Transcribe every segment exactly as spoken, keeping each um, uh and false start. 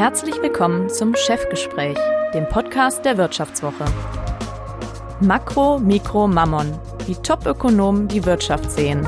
Herzlich willkommen zum Chefgespräch, dem Podcast der Wirtschaftswoche. Makro, Mikro, Mammon, wie Top-Ökonomen die Wirtschaft sehen.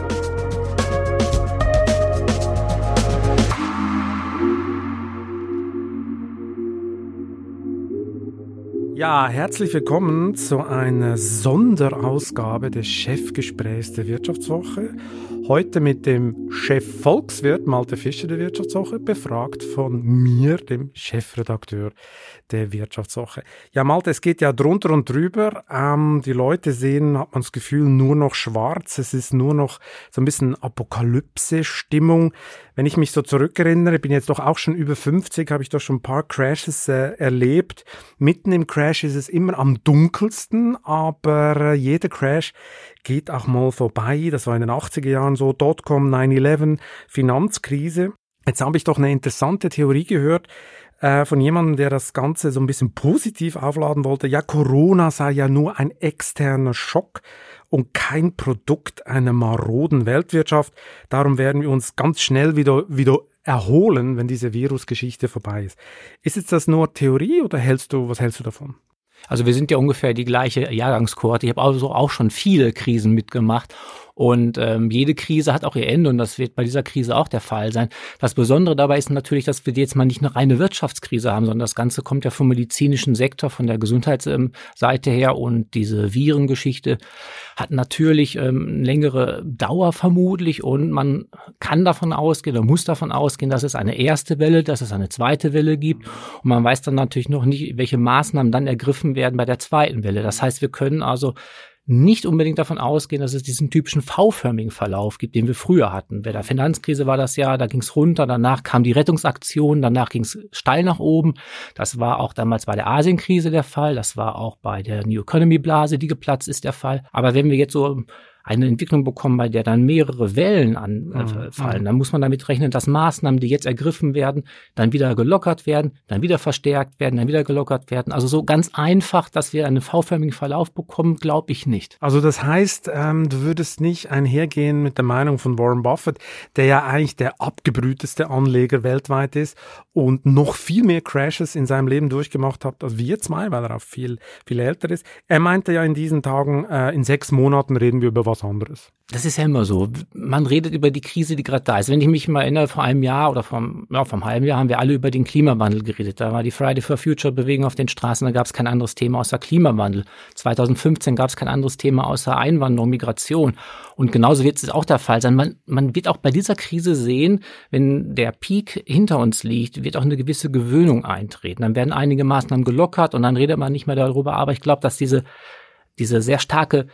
Ja, herzlich willkommen zu einer Sonderausgabe des Chefgesprächs der Wirtschaftswoche. Heute mit dem Chef-Volkswirt Malte Fischer der Wirtschaftswoche, befragt von mir, dem Chefredakteur der Wirtschaftswoche. Ja, Malte, es geht ja drunter und drüber. Ähm, die Leute sehen, hat man das Gefühl, nur noch schwarz. Es ist nur noch so ein bisschen Apokalypse-Stimmung. Wenn ich mich so zurückerinnere, bin jetzt doch auch schon über fünfzig, habe ich doch schon ein paar Crashes äh, erlebt. Mitten im Crash ist es immer am dunkelsten, aber äh, jeder Crash geht auch mal vorbei. Das war in den achtziger Jahren so, Dotcom, neun elf, Finanzkrise. Jetzt habe ich doch eine interessante Theorie gehört äh, von jemandem, der das Ganze so ein bisschen positiv aufladen wollte. Ja, Corona sei ja nur ein externer Schock und kein Produkt einer maroden Weltwirtschaft. Darum werden wir uns ganz schnell wieder, wieder erholen, wenn diese Virusgeschichte vorbei ist. Ist jetzt das nur Theorie oder hältst du, was hältst du davon? Also wir sind ja ungefähr die gleiche Jahrgangskohorte. Ich habe also auch schon viele Krisen mitgemacht. Und ähm, jede Krise hat auch ihr Ende und das wird bei dieser Krise auch der Fall sein. Das Besondere dabei ist natürlich, dass wir jetzt mal nicht eine reine Wirtschaftskrise haben, sondern das Ganze kommt ja vom medizinischen Sektor, von der Gesundheitsseite her und diese Virengeschichte hat natürlich ähm, eine längere Dauer vermutlich und man kann davon ausgehen oder muss davon ausgehen, dass es eine erste Welle, dass es eine zweite Welle gibt und man weiß dann natürlich noch nicht, welche Maßnahmen dann ergriffen werden bei der zweiten Welle. Das heißt, wir können also nicht unbedingt davon ausgehen, dass es diesen typischen V-förmigen Verlauf gibt, den wir früher hatten. Bei der Finanzkrise war das ja, da ging es runter, danach kam die Rettungsaktion, danach ging es steil nach oben. Das war auch damals bei der Asienkrise der Fall, das war auch bei der New Economy Blase, die geplatzt ist, der Fall. Aber wenn wir jetzt so eine Entwicklung bekommen, bei der dann mehrere Wellen anfallen, mhm. dann muss man damit rechnen, dass Maßnahmen, die jetzt ergriffen werden, dann wieder gelockert werden, dann wieder verstärkt werden, dann wieder gelockert werden. Also so ganz einfach, dass wir einen V-förmigen Verlauf bekommen, glaube ich nicht. Also das heißt, ähm, du würdest nicht einhergehen mit der Meinung von Warren Buffett, der ja eigentlich der abgebrühteste Anleger weltweit ist und noch viel mehr Crashes in seinem Leben durchgemacht hat als wir zwei, weil er auch viel, viel älter ist. Er meinte ja in diesen Tagen, äh, in sechs Monaten reden wir über was anderes. Das ist ja immer so. Man redet über die Krise, die gerade da ist. Wenn ich mich mal erinnere, vor einem Jahr oder vor, ja, vor einem halben Jahr haben wir alle über den Klimawandel geredet. Da war die Friday for Future Bewegung auf den Straßen, da gab es kein anderes Thema außer Klimawandel. zwanzig fünfzehn gab es kein anderes Thema außer Einwanderung, Migration. Und genauso wird es auch der Fall sein. Man, man wird auch bei dieser Krise sehen, wenn der Peak hinter uns liegt, wird auch eine gewisse Gewöhnung eintreten. Dann werden einige Maßnahmen gelockert und dann redet man nicht mehr darüber. Aber ich glaube, dass diese, diese sehr starke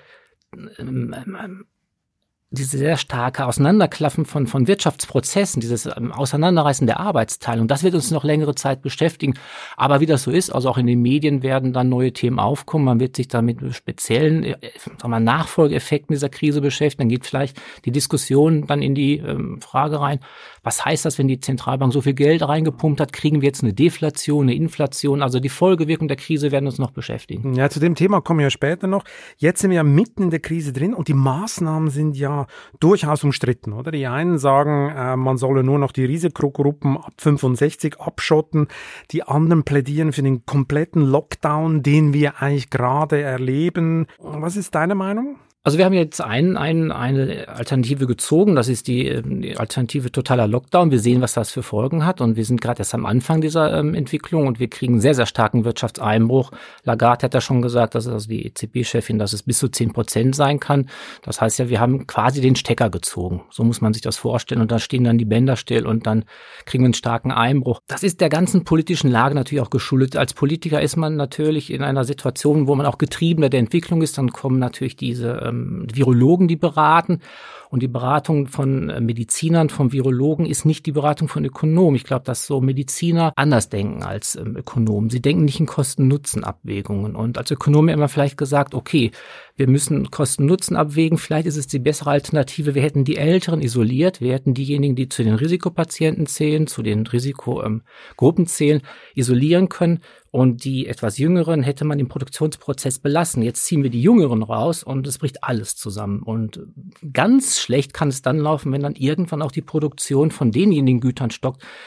diese sehr starke Auseinanderklaffen von, von Wirtschaftsprozessen, dieses ähm, Auseinanderreißen der Arbeitsteilung, das wird uns noch längere Zeit beschäftigen. Aber wie das so ist, also auch in den Medien werden dann neue Themen aufkommen. Man wird sich dann mit speziellen äh, sagen wir mal, Nachfolgeeffekten dieser Krise beschäftigen. Dann geht vielleicht die Diskussion dann in die ähm, Frage rein, was heißt das, wenn die Zentralbank so viel Geld reingepumpt hat? Kriegen wir jetzt eine Deflation, eine Inflation? Also die Folgewirkung der Krise werden uns noch beschäftigen. Ja, zu dem Thema kommen wir ja später noch. Jetzt sind wir ja mitten in der Krise drin und die Maßnahmen sind ja durchaus umstritten, oder? Die einen sagen, äh, man solle nur noch die Risikogruppen ab fünfundsechzig abschotten. Die anderen plädieren für den kompletten Lockdown, den wir eigentlich gerade erleben. Was ist deine Meinung? Also wir haben jetzt ein, ein, eine Alternative gezogen, das ist die, die Alternative totaler Lockdown. Wir sehen, was das für Folgen hat und wir sind gerade erst am Anfang dieser ähm, Entwicklung und wir kriegen einen sehr, sehr starken Wirtschaftseinbruch. Lagarde hat ja schon gesagt, dass also die E Z B-Chefin, dass es bis zu zehn Prozent sein kann. Das heißt ja, wir haben quasi den Stecker gezogen. So muss man sich das vorstellen und da stehen dann die Bänder still und dann kriegen wir einen starken Einbruch. Das ist der ganzen politischen Lage natürlich auch geschuldet. Als Politiker ist man natürlich in einer Situation, wo man auch getriebener der Entwicklung ist. Dann kommen natürlich diese ähm, Virologen, die beraten. Und die Beratung von Medizinern, von Virologen ist nicht die Beratung von Ökonomen. Ich glaube, dass so Mediziner anders denken als ähm, Ökonomen. Sie denken nicht in Kosten-Nutzen-Abwägungen. Und als Ökonom immer vielleicht gesagt, okay, wir müssen Kosten-Nutzen abwägen. Vielleicht ist es die bessere Alternative. Wir hätten die Älteren isoliert. Wir hätten diejenigen, die zu den Risikopatienten zählen, zu den Risikogruppen zählen, isolieren können. Und die etwas Jüngeren hätte man im Produktionsprozess belassen. Jetzt ziehen wir die Jüngeren raus und es bricht alles zusammen. Und ganz schlecht kann es dann laufen, wenn dann irgendwann auch die Produktion von denjenigen Gütern stockt,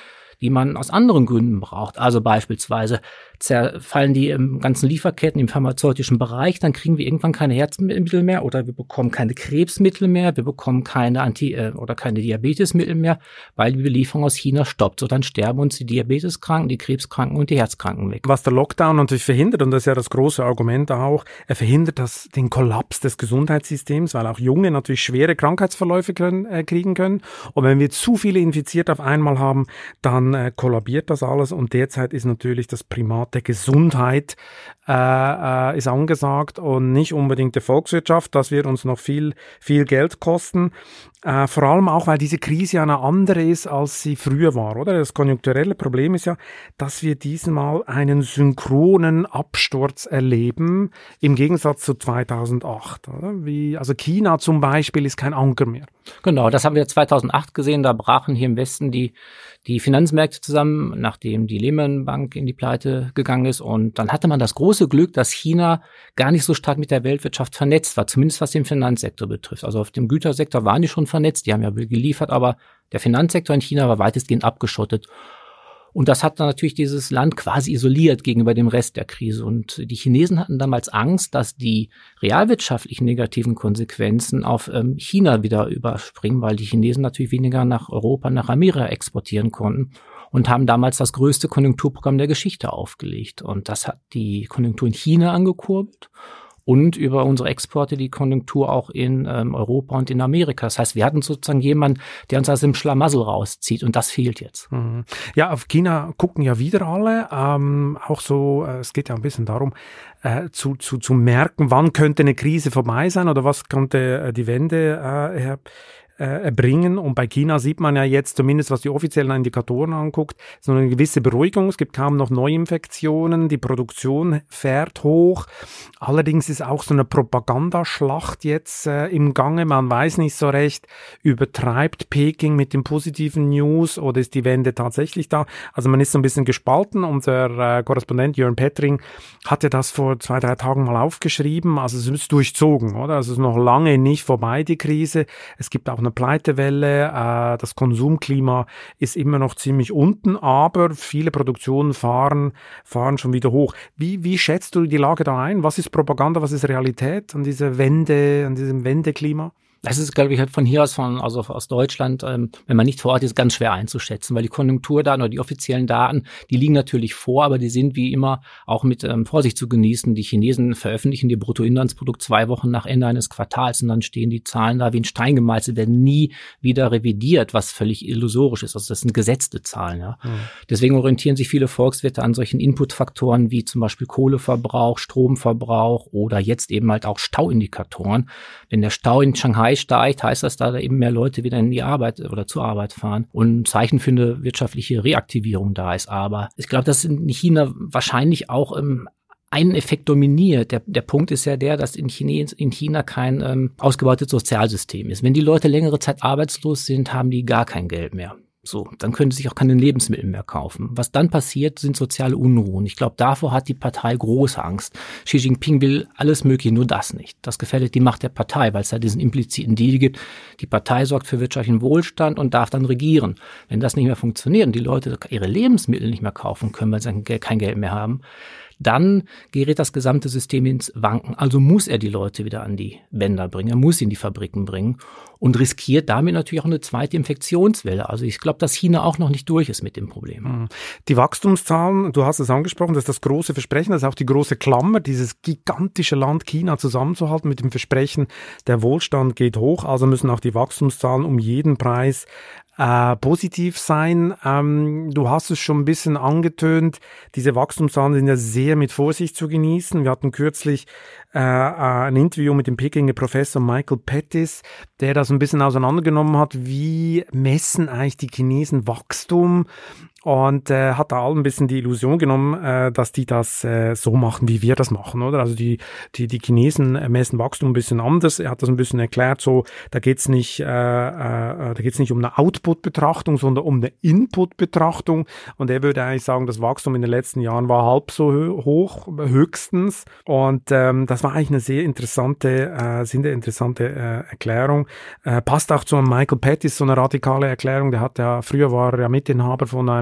die man aus anderen Gründen braucht. Also beispielsweise zerfallen die im ganzen Lieferketten im pharmazeutischen Bereich, dann kriegen wir irgendwann keine Herzmittel mehr oder wir bekommen keine Krebsmittel mehr, wir bekommen keine Anti- äh, oder keine Diabetesmittel mehr, weil die Belieferung aus China stoppt. So, dann sterben uns die Diabeteskranken, die Krebskranken und die Herzkranken weg. Was der Lockdown natürlich verhindert, und das ist ja das große Argument auch, er verhindert das, den Kollaps des Gesundheitssystems, weil auch Junge natürlich schwere Krankheitsverläufe können, äh, kriegen können. Und wenn wir zu viele Infizierte auf einmal haben, dann äh, kollabiert das alles. Und derzeit ist natürlich das Primat der Gesundheit äh, äh, ist angesagt und nicht unbedingt der Volkswirtschaft. Das wird uns noch viel, viel Geld kosten. Äh, vor allem auch, weil diese Krise ja eine andere ist, als sie früher war, oder? Das konjunkturelle Problem ist ja, dass wir diesmal einen synchronen Absturz erleben, im Gegensatz zu zweitausendacht, oder? Wie, also China zum Beispiel ist kein Anker mehr. Genau, das haben wir zweitausendacht gesehen, da brachen hier im Westen die, die Finanzmärkte zusammen, nachdem die Lehman Bank in die Pleite gegangen ist, und dann hatte man das große Glück, dass China gar nicht so stark mit der Weltwirtschaft vernetzt war, zumindest was den Finanzsektor betrifft. Also auf dem Gütersektor waren die schon vernetzt, die haben ja geliefert, aber der Finanzsektor in China war weitestgehend abgeschottet. Und das hat dann natürlich dieses Land quasi isoliert gegenüber dem Rest der Krise. Und die Chinesen hatten damals Angst, dass die realwirtschaftlichen negativen Konsequenzen auf ähm, China wieder überspringen, weil die Chinesen natürlich weniger nach Europa, nach Amerika exportieren konnten, und haben damals das größte Konjunkturprogramm der Geschichte aufgelegt. Und das hat die Konjunktur in China angekurbelt und über unsere Exporte die Konjunktur auch in ähm, Europa und in Amerika. Das heißt, wir hatten sozusagen jemanden, der uns aus dem Schlamassel rauszieht, und das fehlt jetzt. Mhm. Ja, auf China gucken ja wieder alle. Ähm, auch so, äh, es geht ja ein bisschen darum, äh, zu, zu, zu merken, wann könnte eine Krise vorbei sein oder was könnte äh, die Wende äh, her erbringen. Und bei China sieht man ja jetzt, zumindest was die offiziellen Indikatoren anguckt, so eine gewisse Beruhigung. Es gibt kaum noch Neuinfektionen, die Produktion fährt hoch. Allerdings ist auch so eine Propagandaschlacht jetzt äh, im Gange. Man weiß nicht so recht, übertreibt Peking mit den positiven News oder ist die Wende tatsächlich da? Also man ist so ein bisschen gespalten. Unser äh, Korrespondent Jörn Pettring hatte das vor zwei, drei Tagen mal aufgeschrieben. Also es ist durchzogen, oder? Also es ist noch lange nicht vorbei, die Krise. Es gibt auch eine Pleitewelle, äh, das Konsumklima ist immer noch ziemlich unten, aber viele Produktionen fahren, fahren schon wieder hoch. Wie, wie schätzt du die Lage da ein? Was ist Propaganda, was ist Realität an dieser Wende, an diesem Wendeklima? Das ist, glaube ich, halt von hier aus, von, also aus Deutschland, ähm, wenn man nicht vor Ort ist, ganz schwer einzuschätzen, weil die Konjunkturdaten oder die offiziellen Daten, die liegen natürlich vor, aber die sind wie immer auch mit ähm, Vorsicht zu genießen. Die Chinesen veröffentlichen ihr Bruttoinlandsprodukt zwei Wochen nach Ende eines Quartals und dann stehen die Zahlen da wie in Stein gemeißelt, werden nie wieder revidiert, was völlig illusorisch ist. Also das sind gesetzte Zahlen. Ja. Mhm. Deswegen orientieren sich viele Volkswirte an solchen Inputfaktoren wie zum Beispiel Kohleverbrauch, Stromverbrauch oder jetzt eben halt auch Stauindikatoren. Wenn der Stau in Shanghai steigt, heißt das, dass da eben mehr Leute wieder in die Arbeit oder zur Arbeit fahren und ein Zeichen für eine wirtschaftliche Reaktivierung da ist. Aber ich glaube, dass in China wahrscheinlich auch ähm, einen Effekt dominiert. Der, der Punkt ist ja der, dass in China, in China kein ähm, ausgebautes Sozialsystem ist. Wenn die Leute längere Zeit arbeitslos sind, haben die gar kein Geld mehr. So, dann können sie sich auch keine Lebensmittel mehr kaufen. Was dann passiert, sind soziale Unruhen. Ich glaube, davor hat die Partei große Angst. Xi Jinping will alles Mögliche, nur das nicht. Das gefährdet die Macht der Partei, weil es da diesen impliziten Deal gibt. Die Partei sorgt für wirtschaftlichen Wohlstand und darf dann regieren. Wenn das nicht mehr funktioniert und die Leute ihre Lebensmittel nicht mehr kaufen können, weil sie kein Geld mehr haben, dann gerät das gesamte System ins Wanken. Also muss er die Leute wieder an die Bänder bringen, er muss sie in die Fabriken bringen und riskiert damit natürlich auch eine zweite Infektionswelle. Also ich glaube, dass China auch noch nicht durch ist mit dem Problem. Die Wachstumszahlen, du hast es angesprochen, das ist das große Versprechen, das ist auch die große Klammer, dieses gigantische Land China zusammenzuhalten mit dem Versprechen, der Wohlstand geht hoch, also müssen auch die Wachstumszahlen um jeden Preis Äh, positiv sein. Ähm, du hast es schon ein bisschen angetönt, diese Wachstumszahlen sind ja sehr mit Vorsicht zu genießen. Wir hatten kürzlich äh, ein Interview mit dem Pekinger Professor Michael Pettis, der das ein bisschen auseinandergenommen hat, wie messen eigentlich die Chinesen Wachstum, und äh, hat da allen ein bisschen die Illusion genommen, äh, dass die das äh, so machen, wie wir das machen, oder? Also die die die Chinesen messen Wachstum ein bisschen anders. Er hat das ein bisschen erklärt, so da geht's nicht äh, äh, da geht's nicht um eine Output-Betrachtung, sondern um eine Input-Betrachtung. Und er würde eigentlich sagen, das Wachstum in den letzten Jahren war halb so hö- hoch, höchstens. Und ähm, das war eigentlich eine sehr interessante, äh, sehr interessante äh, Erklärung. Äh, passt auch zu einem Michael Pettis, so eine radikale Erklärung. Der hat ja früher war er ja Mitinhaber von einem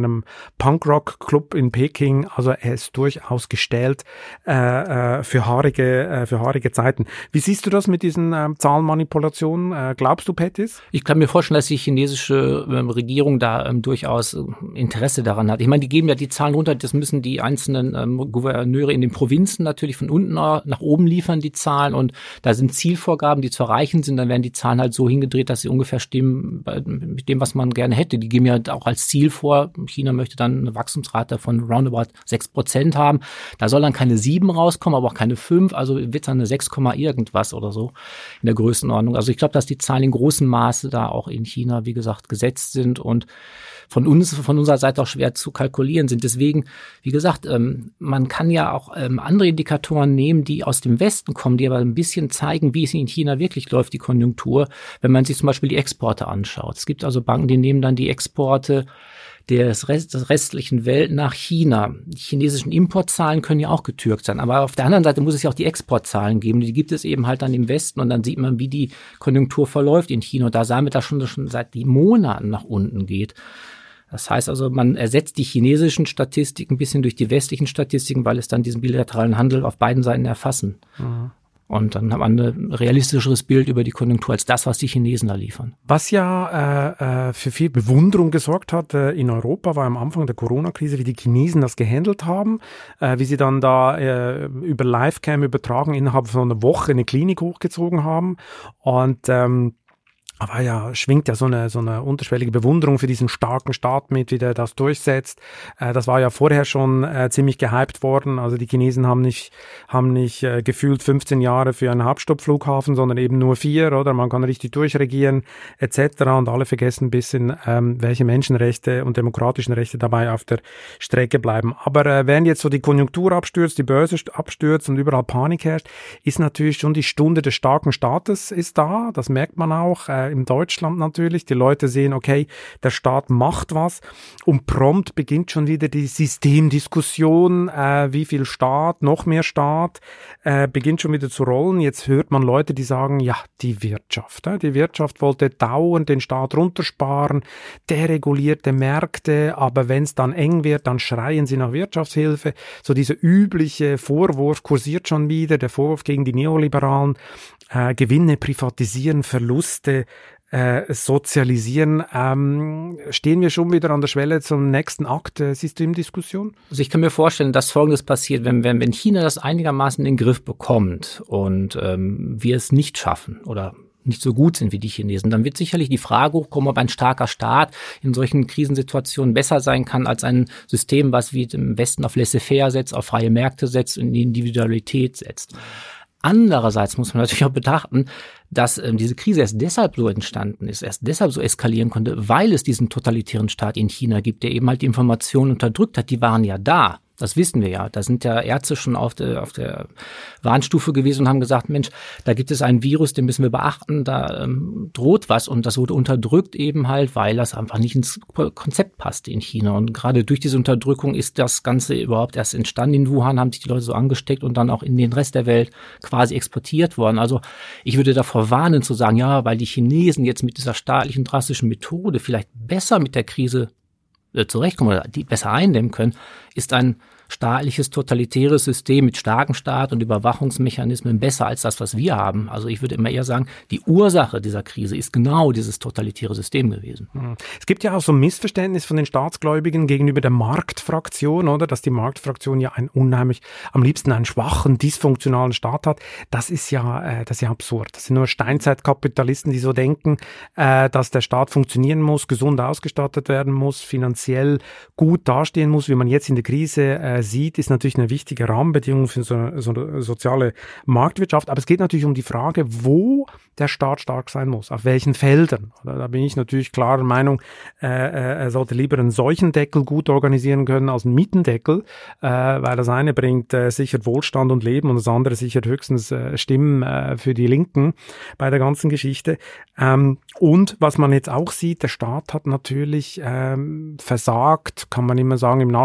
einem Punkrock-Club in Peking. Also er ist durchaus gestellt äh, äh, für haarige, äh, für haarige Zeiten. Wie siehst du das mit diesen äh, Zahlenmanipulationen? Äh, glaubst du, Pettis? Ich kann mir vorstellen, dass die chinesische ähm, Regierung da ähm, durchaus äh, Interesse daran hat. Ich meine, die geben ja die Zahlen runter, das müssen die einzelnen ähm, Gouverneure in den Provinzen natürlich von unten nach oben liefern, die Zahlen. Und da sind Zielvorgaben, die zu erreichen sind. Dann werden die Zahlen halt so hingedreht, dass sie ungefähr stimmen mit dem, was man gerne hätte. Die geben ja auch als Ziel vor, China möchte dann eine Wachstumsrate von roundabout sechs Prozent haben. Da soll dann keine sieben rauskommen, aber auch keine fünf. Also wird dann eine sechs, irgendwas oder so in der Größenordnung. Also ich glaube, dass die Zahlen in großem Maße da auch in China, wie gesagt, gesetzt sind und von uns, von unserer Seite auch schwer zu kalkulieren sind. Deswegen, wie gesagt, ähm, man kann ja auch ähm, andere Indikatoren nehmen, die aus dem Westen kommen, die aber ein bisschen zeigen, wie es in China wirklich läuft, die Konjunktur, wenn man sich zum Beispiel die Exporte anschaut. Es gibt also Banken, die nehmen dann die Exporte des Rest, der restlichen Welt nach China. Die chinesischen Importzahlen können ja auch getürkt sein, aber auf der anderen Seite muss es ja auch die Exportzahlen geben. Die gibt es eben halt dann im Westen und dann sieht man, wie die Konjunktur verläuft in China. Und da sah man, dass schon, schon seit Monaten nach unten geht. Das heißt also, man ersetzt die chinesischen Statistiken ein bisschen durch die westlichen Statistiken, weil es dann diesen bilateralen Handel auf beiden Seiten erfassen. Mhm. Und dann hat man ein realistischeres Bild über die Konjunktur als das, was die Chinesen da liefern. Was ja äh, für viel Bewunderung gesorgt hat äh, in Europa, war am Anfang der Corona-Krise, wie die Chinesen das gehandelt haben, äh, wie sie dann da äh, über Livecam übertragen innerhalb von einer Woche eine Klinik hochgezogen haben. Und ähm, Aber ja, schwingt ja so eine, so eine unterschwellige Bewunderung für diesen starken Staat mit, wie der das durchsetzt. Äh, das war ja vorher schon äh, ziemlich gehypt worden. Also die Chinesen haben nicht, haben nicht äh, gefühlt fünfzehn Jahre für einen Hauptstadtflughafen, sondern eben nur vier, oder? Man kann richtig durchregieren, et cetera. Und alle vergessen ein bisschen, ähm, welche Menschenrechte und demokratischen Rechte dabei auf der Strecke bleiben. Aber äh, wenn jetzt so die Konjunktur abstürzt, die Börse abstürzt und überall Panik herrscht, ist natürlich schon die Stunde des starken Staates ist da. Das merkt man auch. Äh, in Deutschland natürlich. Die Leute sehen, okay, der Staat macht was und prompt beginnt schon wieder die Systemdiskussion, äh, wie viel Staat, noch mehr Staat, äh, beginnt schon wieder zu rollen. Jetzt hört man Leute, die sagen, ja, die Wirtschaft, äh, die Wirtschaft wollte dauernd den Staat runtersparen, deregulierte Märkte, aber wenn es dann eng wird, dann schreien sie nach Wirtschaftshilfe. So dieser übliche Vorwurf kursiert schon wieder, der Vorwurf gegen die Neoliberalen, äh, Gewinne privatisieren, Verluste äh, sozialisieren. Ähm, stehen wir schon wieder an der Schwelle zum nächsten Akt der Systemdiskussion? Also ich kann mir vorstellen, dass Folgendes passiert, wenn, wenn, wenn China das einigermaßen in den Griff bekommt und ähm, wir es nicht schaffen oder nicht so gut sind wie die Chinesen, dann wird sicherlich die Frage hochkommen, ob ein starker Staat in solchen Krisensituationen besser sein kann als ein System, was wie im Westen auf Laissez-faire setzt, auf freie Märkte setzt und in die Individualität setzt. Andererseits muss man natürlich auch betrachten, dass ähm, diese Krise erst deshalb so entstanden ist, erst deshalb so eskalieren konnte, weil es diesen totalitären Staat in China gibt, der eben halt die Informationen unterdrückt hat. Die waren ja da. Das wissen wir ja. Da sind ja Ärzte schon auf der, auf der Warnstufe gewesen und haben gesagt, Mensch, da gibt es einen Virus, den müssen wir beachten, da ähm, droht was. Und das wurde unterdrückt eben halt, weil das einfach nicht ins Konzept passte in China. Und gerade durch diese Unterdrückung ist das Ganze überhaupt erst entstanden. In Wuhan haben sich die Leute so angesteckt und dann auch in den Rest der Welt quasi exportiert worden. Also ich würde davor warnen zu sagen, ja, weil die Chinesen jetzt mit dieser staatlichen drastischen Methode vielleicht besser mit der Krise zurechtkommen oder die besser eindämmen können, ist ein staatliches, totalitäres System mit starkem Staat und Überwachungsmechanismen besser als das, was wir haben. Also ich würde immer eher sagen, die Ursache dieser Krise ist genau dieses totalitäre System gewesen. Es gibt ja auch so ein Missverständnis von den Staatsgläubigen gegenüber der Marktfraktion, oder? Dass die Marktfraktion ja einen unheimlich, am liebsten einen schwachen, dysfunktionalen Staat hat. Das ist ja, äh, das ist ja absurd. Das sind nur Steinzeitkapitalisten, die so denken, äh, dass der Staat funktionieren muss, gesund ausgestattet werden muss, finanziell gut dastehen muss, wie man jetzt in der Krise äh, sieht, ist natürlich eine wichtige Rahmenbedingung für so, so eine soziale Marktwirtschaft. Aber es geht natürlich um die Frage, wo der Staat stark sein muss, auf welchen Feldern. Da bin ich natürlich klarer Meinung, äh, er sollte lieber einen Seuchendeckel gut organisieren können als einen Mietendeckel, äh, weil das eine bringt äh, sichert Wohlstand und Leben und das andere sichert höchstens äh, Stimmen äh, für die Linken bei der ganzen Geschichte. Ähm, und was man jetzt auch sieht, der Staat hat natürlich ähm, versagt, kann man immer sagen, im Nachhinein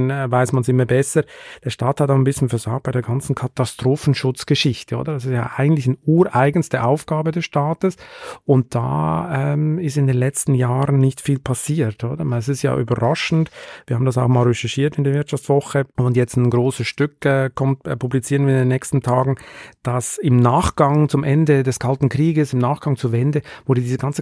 inzwischen äh, weiß man es immer besser. Der Staat hat auch ein bisschen versagt bei der ganzen Katastrophenschutzgeschichte, oder? Das ist ja eigentlich eine ureigenste Aufgabe des Staates und da ähm, ist in den letzten Jahren nicht viel passiert, oder? Es ist ja überraschend. Wir haben das auch mal recherchiert in der Wirtschaftswoche und jetzt ein großes Stück äh, kommt, äh, publizieren wir in den nächsten Tagen, dass im Nachgang zum Ende des Kalten Krieges, im Nachgang zur Wende, wurde diese ganze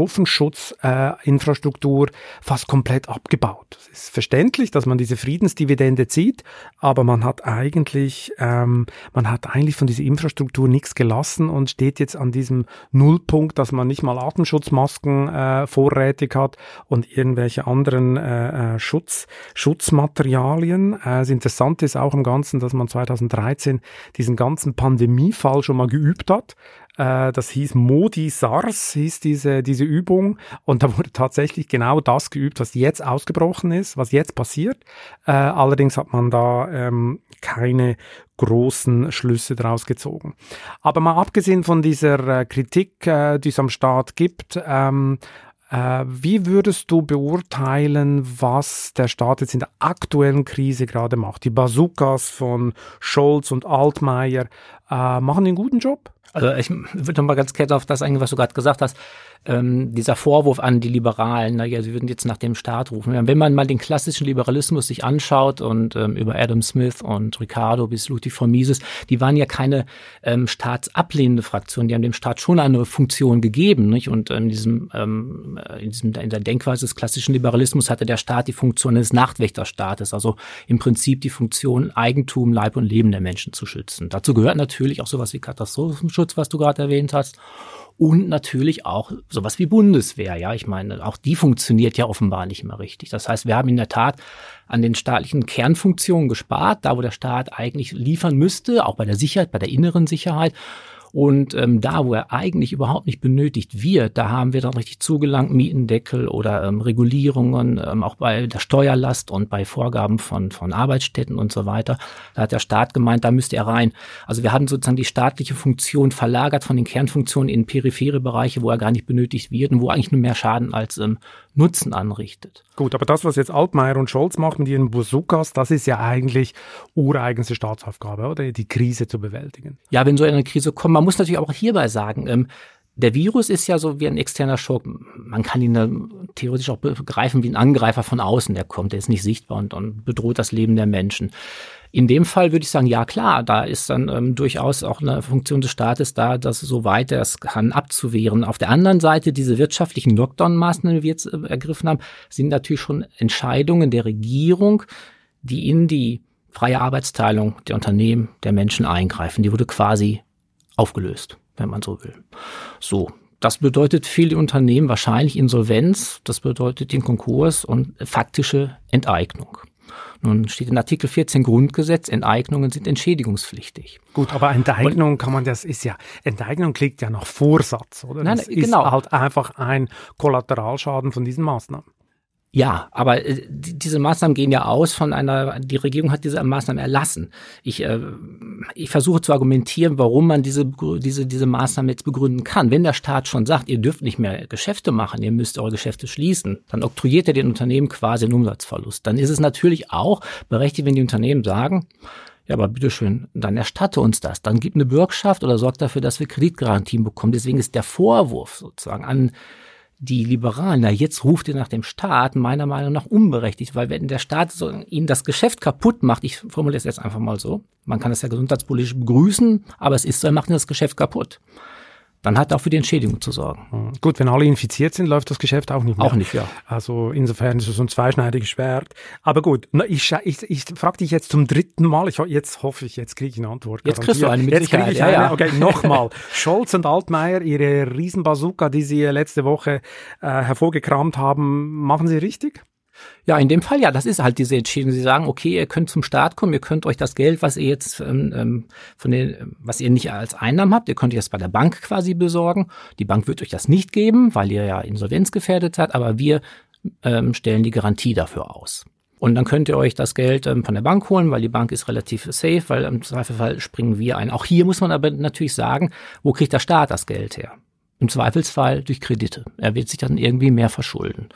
Katastrophenschutzinfrastruktur äh, fast komplett abgebaut. Es ist verständlich, dass man diese Friedensdividende zieht, aber man hat eigentlich, ähm, man hat eigentlich von dieser Infrastruktur nichts gelassen und steht jetzt an diesem Nullpunkt, dass man nicht mal Atemschutzmasken äh, vorrätig hat und irgendwelche anderen äh, Schutz, Schutzmaterialien. Äh, das Interessante ist auch im Ganzen, dass man zweitausenddreizehn diesen ganzen Pandemiefall schon mal geübt hat. Das hieß Modi SARS, hieß diese, diese Übung. Und da wurde tatsächlich genau das geübt, was jetzt ausgebrochen ist, was jetzt passiert. Äh, allerdings hat man da ähm, keine großen Schlüsse daraus gezogen. Aber mal abgesehen von dieser äh, Kritik, äh, die es am Staat gibt, ähm, äh, wie würdest du beurteilen, was der Staat jetzt in der aktuellen Krise gerade macht? Die Bazookas von Scholz und Altmaier äh, machen einen guten Job? Also ich würde noch mal ganz kurz auf das eingehen, was du gerade gesagt hast. Ähm, dieser Vorwurf an die Liberalen, naja, sie würden jetzt nach dem Staat rufen. Wenn man mal den klassischen Liberalismus sich anschaut und ähm, über Adam Smith und Ricardo bis Ludwig von Mises, die waren ja keine ähm, staatsablehnende Fraktion, die haben dem Staat schon eine Funktion gegeben, nicht? Und in diesem, ähm, in diesem in der Denkweise des klassischen Liberalismus hatte der Staat die Funktion des Nachtwächterstaates, also im Prinzip die Funktion, Eigentum, Leib und Leben der Menschen zu schützen. Dazu gehört natürlich auch sowas wie Katastrophenschutz, was du gerade erwähnt hast. Und natürlich auch sowas wie Bundeswehr, ja. Ich meine, auch die funktioniert ja offenbar nicht mehr richtig. Das heißt, wir haben in der Tat an den staatlichen Kernfunktionen gespart, da wo der Staat eigentlich liefern müsste, auch bei der Sicherheit, bei der inneren Sicherheit. Und ähm, da, wo er eigentlich überhaupt nicht benötigt wird, da haben wir dann richtig zugelangt, Mietendeckel oder ähm, Regulierungen, ähm, auch bei der Steuerlast und bei Vorgaben von von Arbeitsstätten und so weiter. Da hat der Staat gemeint, da müsste er rein. Also wir hatten sozusagen die staatliche Funktion verlagert von den Kernfunktionen in periphere Bereiche, wo er gar nicht benötigt wird und wo eigentlich nur mehr Schaden als ähm, Nutzen anrichtet. Gut, aber das, was jetzt Altmaier und Scholz machen mit ihren Bazookas, das ist ja eigentlich ureigenste Staatsaufgabe, oder? Die Krise zu bewältigen. Ja, wenn so eine Krise kommt, man muss natürlich auch hierbei sagen, ähm, der Virus ist ja so wie ein externer Schock. Man kann ihn dann theoretisch auch begreifen wie ein Angreifer von außen, der kommt, der ist nicht sichtbar und, und bedroht das Leben der Menschen. In dem Fall würde ich sagen, ja klar, da ist dann ähm, durchaus auch eine Funktion des Staates da, das so weit er es kann abzuwehren. Auf der anderen Seite, diese wirtschaftlichen Lockdown-Maßnahmen, die wir jetzt äh, ergriffen haben, sind natürlich schon Entscheidungen der Regierung, die in die freie Arbeitsteilung der Unternehmen, der Menschen eingreifen. Die wurde quasi aufgelöst, wenn man so will. So. Das bedeutet viele Unternehmen wahrscheinlich Insolvenz, das bedeutet den Konkurs und faktische Enteignung. Nun steht in Artikel vierzehn Grundgesetz, Enteignungen sind entschädigungspflichtig. Gut, aber Enteignung kann man, das ist ja, Enteignung klingt ja nach Vorsatz, oder? Nein, das genau. ist halt einfach ein Kollateralschaden von diesen Maßnahmen. Ja, aber äh, die, diese Maßnahmen gehen ja aus von einer, die Regierung hat diese Maßnahmen erlassen. Ich, äh, ich versuche zu argumentieren, warum man diese, diese, diese Maßnahmen jetzt begründen kann. Wenn der Staat schon sagt, ihr dürft nicht mehr Geschäfte machen, ihr müsst eure Geschäfte schließen, dann oktroyiert er den Unternehmen quasi einen Umsatzverlust. Dann ist es natürlich auch berechtigt, wenn die Unternehmen sagen, ja, aber bitteschön, dann erstatte uns das. Dann gib eine Bürgschaft oder sorg dafür, dass wir Kreditgarantien bekommen. Deswegen ist der Vorwurf sozusagen an die Liberalen, na jetzt ruft ihr nach dem Staat, meiner Meinung nach unberechtigt, weil wenn der Staat so ihnen das Geschäft kaputt macht, ich formuliere es jetzt einfach mal so, man kann das ja gesundheitspolitisch begrüßen, aber es ist so, er macht das Geschäft kaputt. Dann hat er auch für die Entschädigung zu sorgen. Gut, wenn alle infiziert sind, läuft das Geschäft auch nicht mehr. Auch nicht, ja. Also insofern ist es so ein zweischneidiges Schwert. Aber gut, ich, ich, ich frage dich jetzt zum dritten Mal, ich, jetzt hoffe ich, jetzt kriege ich eine Antwort. Jetzt kriegst du eine mit Jetzt Sicherheit. kriege ich ja, eine, ja. Okay, nochmal. Scholz und Altmaier, ihre Riesenbazooka, die sie letzte Woche äh, hervorgekramt haben, machen sie richtig? Ja, in dem Fall ja, das ist halt diese Entscheidung. Sie sagen, okay, ihr könnt zum Staat kommen, ihr könnt euch das Geld, was ihr jetzt ähm, von den, was ihr nicht als Einnahmen habt, ihr könnt es bei der Bank quasi besorgen. Die Bank wird euch das nicht geben, weil ihr ja insolvenzgefährdet seid, aber wir ähm, stellen die Garantie dafür aus. Und dann könnt ihr euch das Geld ähm, von der Bank holen, weil die Bank ist relativ safe, weil im Zweifelsfall springen wir ein. Auch hier muss man aber natürlich sagen, wo kriegt der Staat das Geld her? Im Zweifelsfall durch Kredite. Er wird sich dann irgendwie mehr verschulden.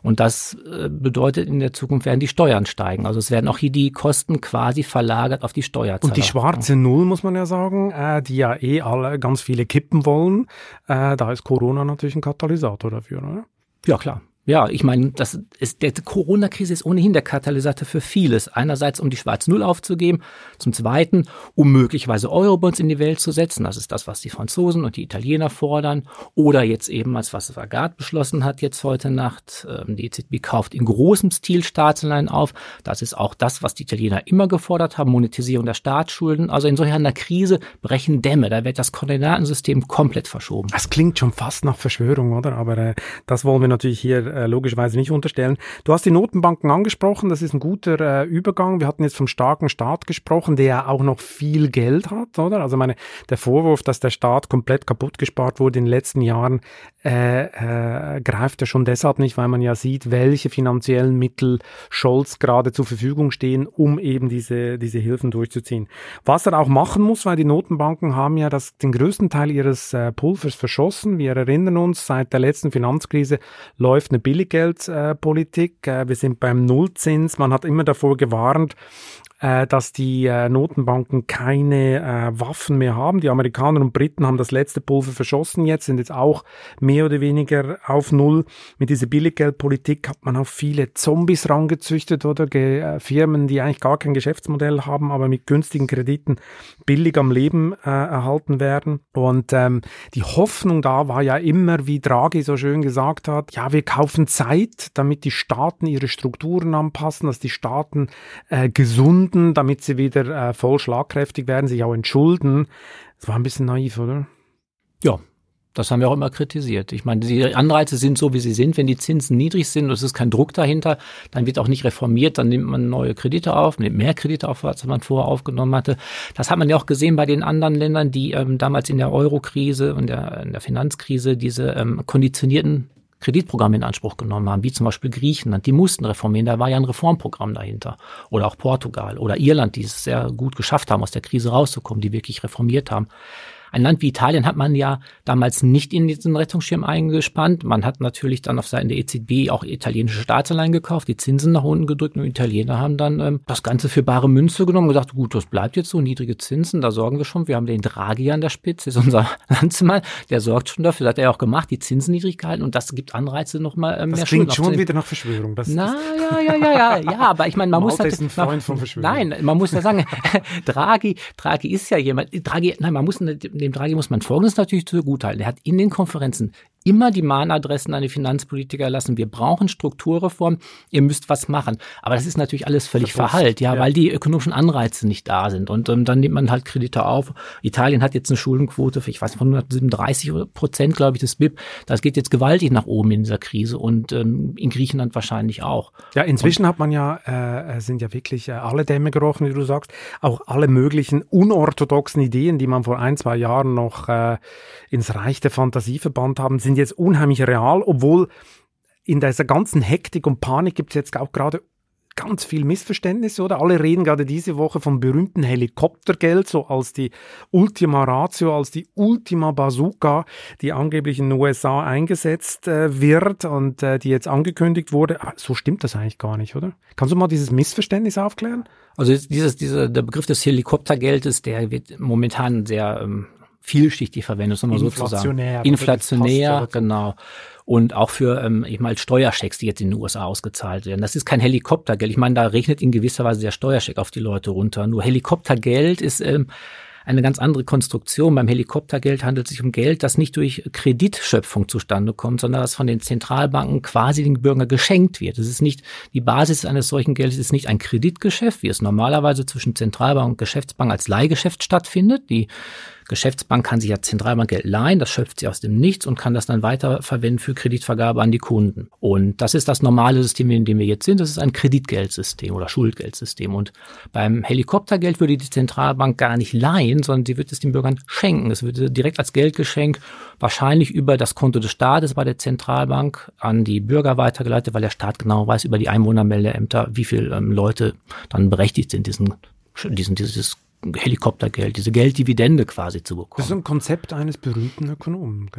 Und das äh, bedeutet, in der Zukunft werden die Steuern steigen. Also es werden auch hier die Kosten quasi verlagert auf die Steuerzahler. Und die schwarze Null, muss man ja sagen, äh, die ja eh alle ganz viele kippen wollen, äh, da ist Corona natürlich ein Katalysator dafür, oder? Ja, klar. Ja, ich meine, das ist, der Corona-Krise ist ohnehin der Katalysator für vieles. Einerseits, um die schwarze Null aufzugeben. Zum Zweiten, um möglicherweise Eurobonds in die Welt zu setzen. Das ist das, was die Franzosen und die Italiener fordern. Oder jetzt eben, als was Lagarde beschlossen hat jetzt heute Nacht. Die E Z B kauft in großem Stil Staatsanleihen auf. Das ist auch das, was die Italiener immer gefordert haben. Monetisierung der Staatsschulden. Also in solch einer Krise brechen Dämme. Da wird das Koordinatensystem komplett verschoben. Das klingt schon fast nach Verschwörung, oder? Aber äh, das wollen wir natürlich hier logischerweise nicht unterstellen. Du hast die Notenbanken angesprochen, das ist ein guter äh, Übergang. Wir hatten jetzt vom starken Staat gesprochen, der ja auch noch viel Geld hat, oder? Also meine, der Vorwurf, dass der Staat komplett kaputt gespart wurde in den letzten Jahren, äh, äh, greift ja schon deshalb nicht, weil man ja sieht, welche finanziellen Mittel Scholz gerade zur Verfügung stehen, um eben diese, diese Hilfen durchzuziehen. Was er auch machen muss, weil die Notenbanken haben ja das, den größten Teil ihres äh, Pulvers verschossen. Wir erinnern uns, seit der letzten Finanzkrise läuft eine Billiggeldpolitik. Äh, wir sind beim Nullzins. Man hat immer davor gewarnt, äh, dass die äh, Notenbanken keine äh, Waffen mehr haben. Die Amerikaner und Briten haben das letzte Pulver verschossen jetzt, sind jetzt auch mehr oder weniger auf Null. Mit dieser Billiggeldpolitik hat man auch viele Zombies rangezüchtet, oder Ge- äh, Firmen, die eigentlich gar kein Geschäftsmodell haben, aber mit günstigen Krediten billig am Leben äh, erhalten werden. Und ähm, die Hoffnung da war ja immer, wie Draghi so schön gesagt hat, ja, wir kaufen Zeit, damit die Staaten ihre Strukturen anpassen, dass die Staaten äh, gesund, damit sie wieder äh, voll schlagkräftig werden, sich auch entschulden. Das war ein bisschen naiv, oder? Ja, das haben wir auch immer kritisiert. Ich meine, die Anreize sind so, wie sie sind. Wenn die Zinsen niedrig sind und es ist kein Druck dahinter, dann wird auch nicht reformiert, dann nimmt man neue Kredite auf, nimmt mehr Kredite auf, als man vorher aufgenommen hatte. Das hat man ja auch gesehen bei den anderen Ländern, die ähm, damals in der Euro-Krise und der, in der Finanzkrise diese ähm, konditionierten Kreditprogramme in Anspruch genommen haben, wie zum Beispiel Griechenland, die mussten reformieren, da war ja ein Reformprogramm dahinter. Oder auch Portugal oder Irland, die es sehr gut geschafft haben, aus der Krise rauszukommen, die wirklich reformiert haben. Ein Land wie Italien hat man ja damals nicht in diesen Rettungsschirm eingespannt. Man hat natürlich dann auf Seiten der E Z B auch italienische Staatsanleihen gekauft, die Zinsen nach unten gedrückt und die Italiener haben dann ähm, das Ganze für bare Münze genommen und gesagt, gut, das bleibt jetzt so, niedrige Zinsen, da sorgen wir schon. Wir haben den Draghi an der Spitze, ist unser Landsmann, der sorgt schon dafür, das hat er auch gemacht, die Zinsen niedrig gehalten und das gibt Anreize nochmal ähm, mehr Schulden. Das klingt schon wieder nach Verschwörung. Das Na, ja, ja, ja, ja, ja, aber ich meine, man muss halt, ist ein Freund von Verschwörung. Nein, man muss ja sagen, Draghi, Draghi ist ja jemand, Draghi, nein, man muss, dem Draghi muss man Folgendes natürlich zugutehalten. Er hat in den Konferenzen immer die Mahnadressen an die Finanzpolitiker erlassen. Wir brauchen Strukturreform. Ihr müsst was machen. Aber das ist natürlich alles völlig verhallt, ja, ja, weil die ökonomischen Anreize nicht da sind. Und ähm, dann nimmt man halt Kredite auf. Italien hat jetzt eine Schuldenquote für, ich weiß nicht, von hundertsiebenunddreißig Prozent, glaube ich, des B I P. Das geht jetzt gewaltig nach oben in dieser Krise und ähm, in Griechenland wahrscheinlich auch. Ja, inzwischen und, hat man ja, äh, sind ja wirklich äh, alle Dämme gerochen, wie du sagst. Auch alle möglichen unorthodoxen Ideen, die man vor ein, zwei Jahren noch äh, ins Reich der Fantasie verbannt haben, sind jetzt unheimlich real, obwohl in dieser ganzen Hektik und Panik gibt es jetzt auch gerade ganz viel Missverständnisse, oder? Alle reden gerade diese Woche vom berühmten Helikoptergeld, so als die Ultima Ratio, als die Ultima Bazooka, die angeblich in den U S A eingesetzt äh, wird und äh, die jetzt angekündigt wurde. Aber so stimmt das eigentlich gar nicht, oder? Kannst du mal dieses Missverständnis aufklären? Also dieses, dieser, der Begriff des Helikoptergeldes, der wird momentan sehr ähm, vielschichtig verwendet, soll man sozusagen. Inflationär, genau. Und auch für ähm, eben halt Steuerschecks, die jetzt in den U S A ausgezahlt werden. Das ist kein Helikoptergeld. Ich meine, da rechnet in gewisser Weise der Steuerscheck auf die Leute runter. Nur Helikoptergeld ist ähm, eine ganz andere Konstruktion. Beim Helikoptergeld handelt es sich um Geld, das nicht durch Kreditschöpfung zustande kommt, sondern das von den Zentralbanken quasi den Bürgern geschenkt wird. Es ist nicht, die Basis eines solchen Geldes ist nicht ein Kreditgeschäft, wie es normalerweise zwischen Zentralbank und Geschäftsbank als Leihgeschäft stattfindet. Die Geschäftsbank kann sich ja Zentralbankgeld leihen, das schöpft sie aus dem Nichts und kann das dann weiter verwenden für Kreditvergabe an die Kunden. Und das ist das normale System, in dem wir jetzt sind. Das ist ein Kreditgeldsystem oder Schuldgeldsystem. Und beim Helikoptergeld würde die Zentralbank gar nicht leihen, sondern sie würde es den Bürgern schenken. Es würde direkt als Geldgeschenk wahrscheinlich über das Konto des Staates bei der Zentralbank an die Bürger weitergeleitet, weil der Staat genau weiß über die Einwohnermeldeämter, wie viele ähm, Leute dann berechtigt sind, diesen, diesen, dieses Helikoptergeld, diese Gelddividende quasi zu bekommen. Das ist ein Konzept eines berühmten Ökonomen, gell?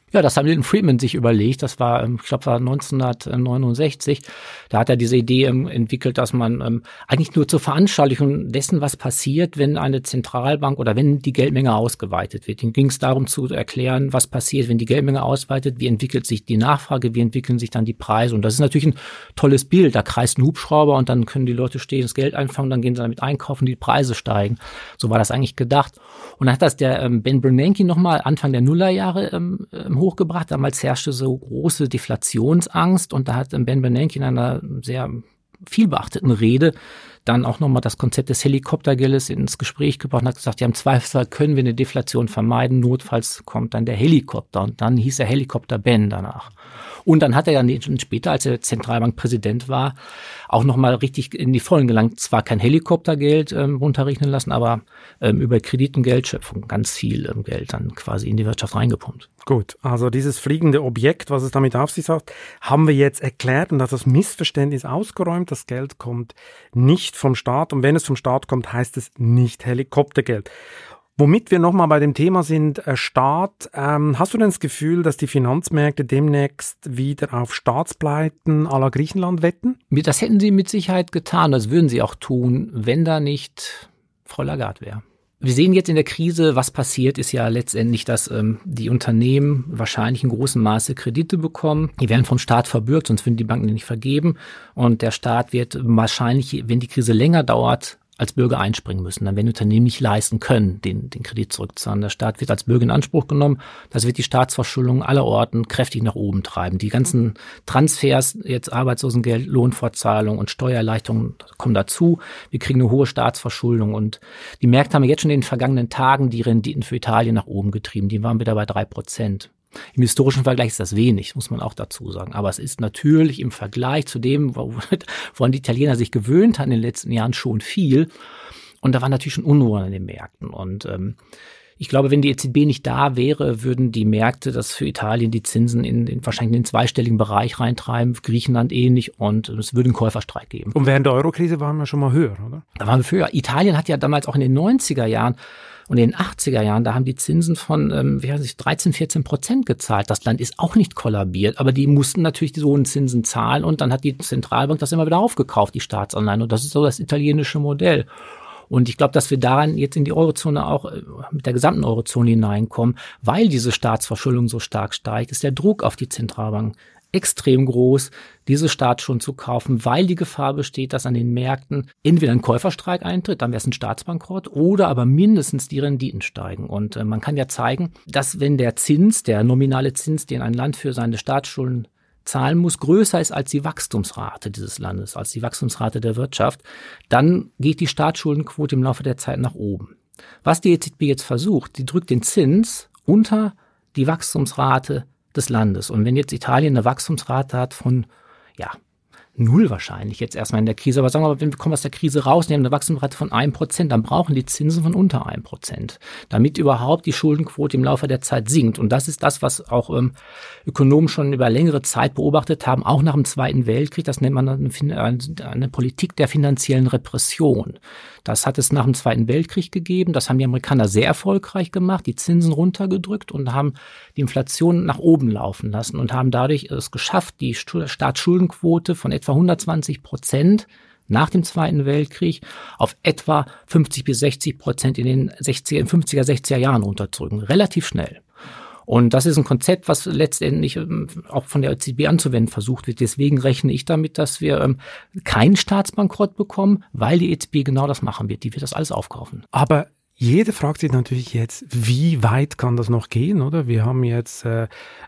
Ja, das hat Milton Friedman sich überlegt. Das war, ich glaube, war neunzehnhundertneunundsechzig. Da hat er diese Idee entwickelt, dass man ähm, eigentlich nur zur Veranschaulichung dessen, was passiert, wenn eine Zentralbank oder wenn die Geldmenge ausgeweitet wird. Ihm ging es darum zu erklären, was passiert, wenn die Geldmenge ausweitet, wie entwickelt sich die Nachfrage, wie entwickeln sich dann die Preise. Und das ist natürlich ein tolles Bild. Da kreist ein Hubschrauber und dann können die Leute stehen, das Geld einfangen, dann gehen sie damit einkaufen, die Preise steigen. So war das eigentlich gedacht. Und dann hat das der ähm, Ben Bernanke nochmal Anfang der Nullerjahre ähm, hochgebracht. Damals herrschte so große Deflationsangst und da hat Ben Bernanke in einer sehr viel beachteten Rede dann auch nochmal das Konzept des Helikoptergeldes ins Gespräch gebracht und hat gesagt, ja, im Zweifelsfall können wir eine Deflation vermeiden, notfalls kommt dann der Helikopter und dann hieß er Helikopter Ben danach. Und dann hat er dann später, als er Zentralbankpräsident war, auch nochmal richtig in die Vollen gelangt. Zwar kein Helikoptergeld ähm, runterrechnen lassen, aber ähm, über Krediten, Geldschöpfung ganz viel ähm, Geld dann quasi in die Wirtschaft reingepumpt. Gut, also dieses fliegende Objekt, was es damit auf sich hat, haben wir jetzt erklärt und das Missverständnis ausgeräumt. Das Geld kommt nicht vom Staat und wenn es vom Staat kommt, heißt es nicht Helikoptergeld. Womit wir nochmal bei dem Thema sind, äh, Staat. Ähm, hast du denn das Gefühl, dass die Finanzmärkte demnächst wieder auf Staatspleiten à la Griechenland wetten? Das hätten sie mit Sicherheit getan, das würden sie auch tun, wenn da nicht Frau Lagarde wäre. Wir sehen jetzt in der Krise, was passiert, ist ja letztendlich, dass ähm, die Unternehmen wahrscheinlich in großem Maße Kredite bekommen. Die werden vom Staat verbürgt, sonst würden die Banken nicht vergeben. Und der Staat wird wahrscheinlich, wenn die Krise länger dauert, als Bürger einspringen müssen. Dann werden Unternehmen nicht leisten können, den, den Kredit zurückzahlen. Der Staat wird als Bürger in Anspruch genommen. Das wird die Staatsverschuldung aller Orten kräftig nach oben treiben. Die ganzen Transfers, jetzt Arbeitslosengeld, Lohnfortzahlung und Steuererleichterungen kommen dazu. Wir kriegen eine hohe Staatsverschuldung und die Märkte haben jetzt schon in den vergangenen Tagen die Renditen für Italien nach oben getrieben. Die waren wieder bei drei Prozent. Im historischen Vergleich ist das wenig, muss man auch dazu sagen. Aber es ist natürlich im Vergleich zu dem, woran die Italiener sich gewöhnt haben in den letzten Jahren, schon viel. Und da war natürlich schon Unruhe an den Märkten. Und ähm, ich glaube, wenn die E Z B nicht da wäre, würden die Märkte das für Italien die Zinsen in, in wahrscheinlich in den zweistelligen Bereich reintreiben, Griechenland ähnlich und es würde einen Käuferstreik geben. Und während der Eurokrise waren wir schon mal höher, oder? Da waren wir höher. Italien hat ja damals auch in den neunziger Jahren und in den achtziger Jahren, da haben die Zinsen von ähm, wie heißt es, dreizehn, vierzehn Prozent gezahlt. Das Land ist auch nicht kollabiert, aber die mussten natürlich diese hohen Zinsen zahlen und dann hat die Zentralbank das immer wieder aufgekauft, die Staatsanleihen. Und das ist so das italienische Modell. Und ich glaube, dass wir daran jetzt in die Eurozone auch mit der gesamten Eurozone hineinkommen, weil diese Staatsverschuldung so stark steigt, ist der Druck auf die Zentralbank extrem groß, diese Staatsschulden zu kaufen, weil die Gefahr besteht, dass an den Märkten entweder ein Käuferstreik eintritt, dann wäre es ein Staatsbankrott, oder aber mindestens die Renditen steigen. Und äh, man kann ja zeigen, dass wenn der Zins, der nominale Zins, den ein Land für seine Staatsschulden zahlen muss, größer ist als die Wachstumsrate dieses Landes, als die Wachstumsrate der Wirtschaft, dann geht die Staatsschuldenquote im Laufe der Zeit nach oben. Was die E Z B jetzt versucht, die drückt den Zins unter die Wachstumsrate des Landes. Und wenn jetzt Italien eine Wachstumsrate hat von, ja, null wahrscheinlich jetzt erstmal in der Krise, aber sagen wir mal, wenn wir kommen aus der Krise raus, nehmen eine Wachstumsrate von ein Prozent, dann brauchen die Zinsen von unter ein Prozent, damit überhaupt die Schuldenquote im Laufe der Zeit sinkt. Und das ist das, was auch ähm, Ökonomen schon über längere Zeit beobachtet haben, auch nach dem Zweiten Weltkrieg. Das nennt man eine, eine Politik der finanziellen Repression. Das hat es nach dem Zweiten Weltkrieg gegeben. Das haben die Amerikaner sehr erfolgreich gemacht, die Zinsen runtergedrückt und haben die Inflation nach oben laufen lassen und haben dadurch es geschafft, die Staatsschuldenquote von etwa hundertzwanzig Prozent nach dem Zweiten Weltkrieg auf etwa fünfzig bis sechzig Prozent in den sechziger, fünfziger, sechziger Jahren runterzudrücken. Relativ schnell. Und das ist ein Konzept, was letztendlich auch von der E Z B anzuwenden versucht wird. Deswegen rechne ich damit, dass wir ähm, keinen Staatsbankrott bekommen, weil die E Z B genau das machen wird. Die wird das alles aufkaufen. Aber jeder fragt sich natürlich jetzt, wie weit kann das noch gehen, oder? Wir haben jetzt äh,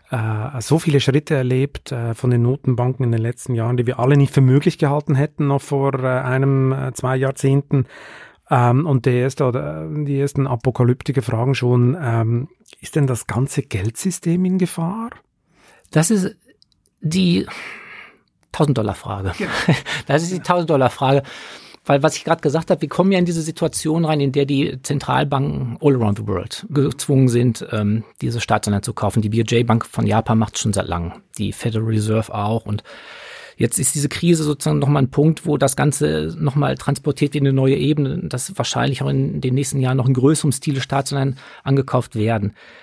äh, so viele Schritte erlebt äh, von den Notenbanken in den letzten Jahren, die wir alle nicht für möglich gehalten hätten, noch vor äh, einem, äh, zwei Jahrzehnten. Ähm, und die, erste, oder die ersten Apokalyptiker fragen schon, ähm, ist denn das ganze Geldsystem in Gefahr? Das ist die tausend-Dollar-Frage. Ja. Das ist die tausend-Dollar-Frage. Weil, was ich gerade gesagt habe, wir kommen ja in diese Situation rein, in der die Zentralbanken all around the world gezwungen sind, ähm, diese Staatsanleihen zu kaufen. Die B O J-Bank von Japan macht es schon seit langem, die Federal Reserve auch. Und jetzt ist diese Krise sozusagen nochmal ein Punkt, wo das Ganze nochmal transportiert wird in eine neue Ebene, dass wahrscheinlich auch in den nächsten Jahren noch in größerem Stile Staatsanleihen angekauft werden.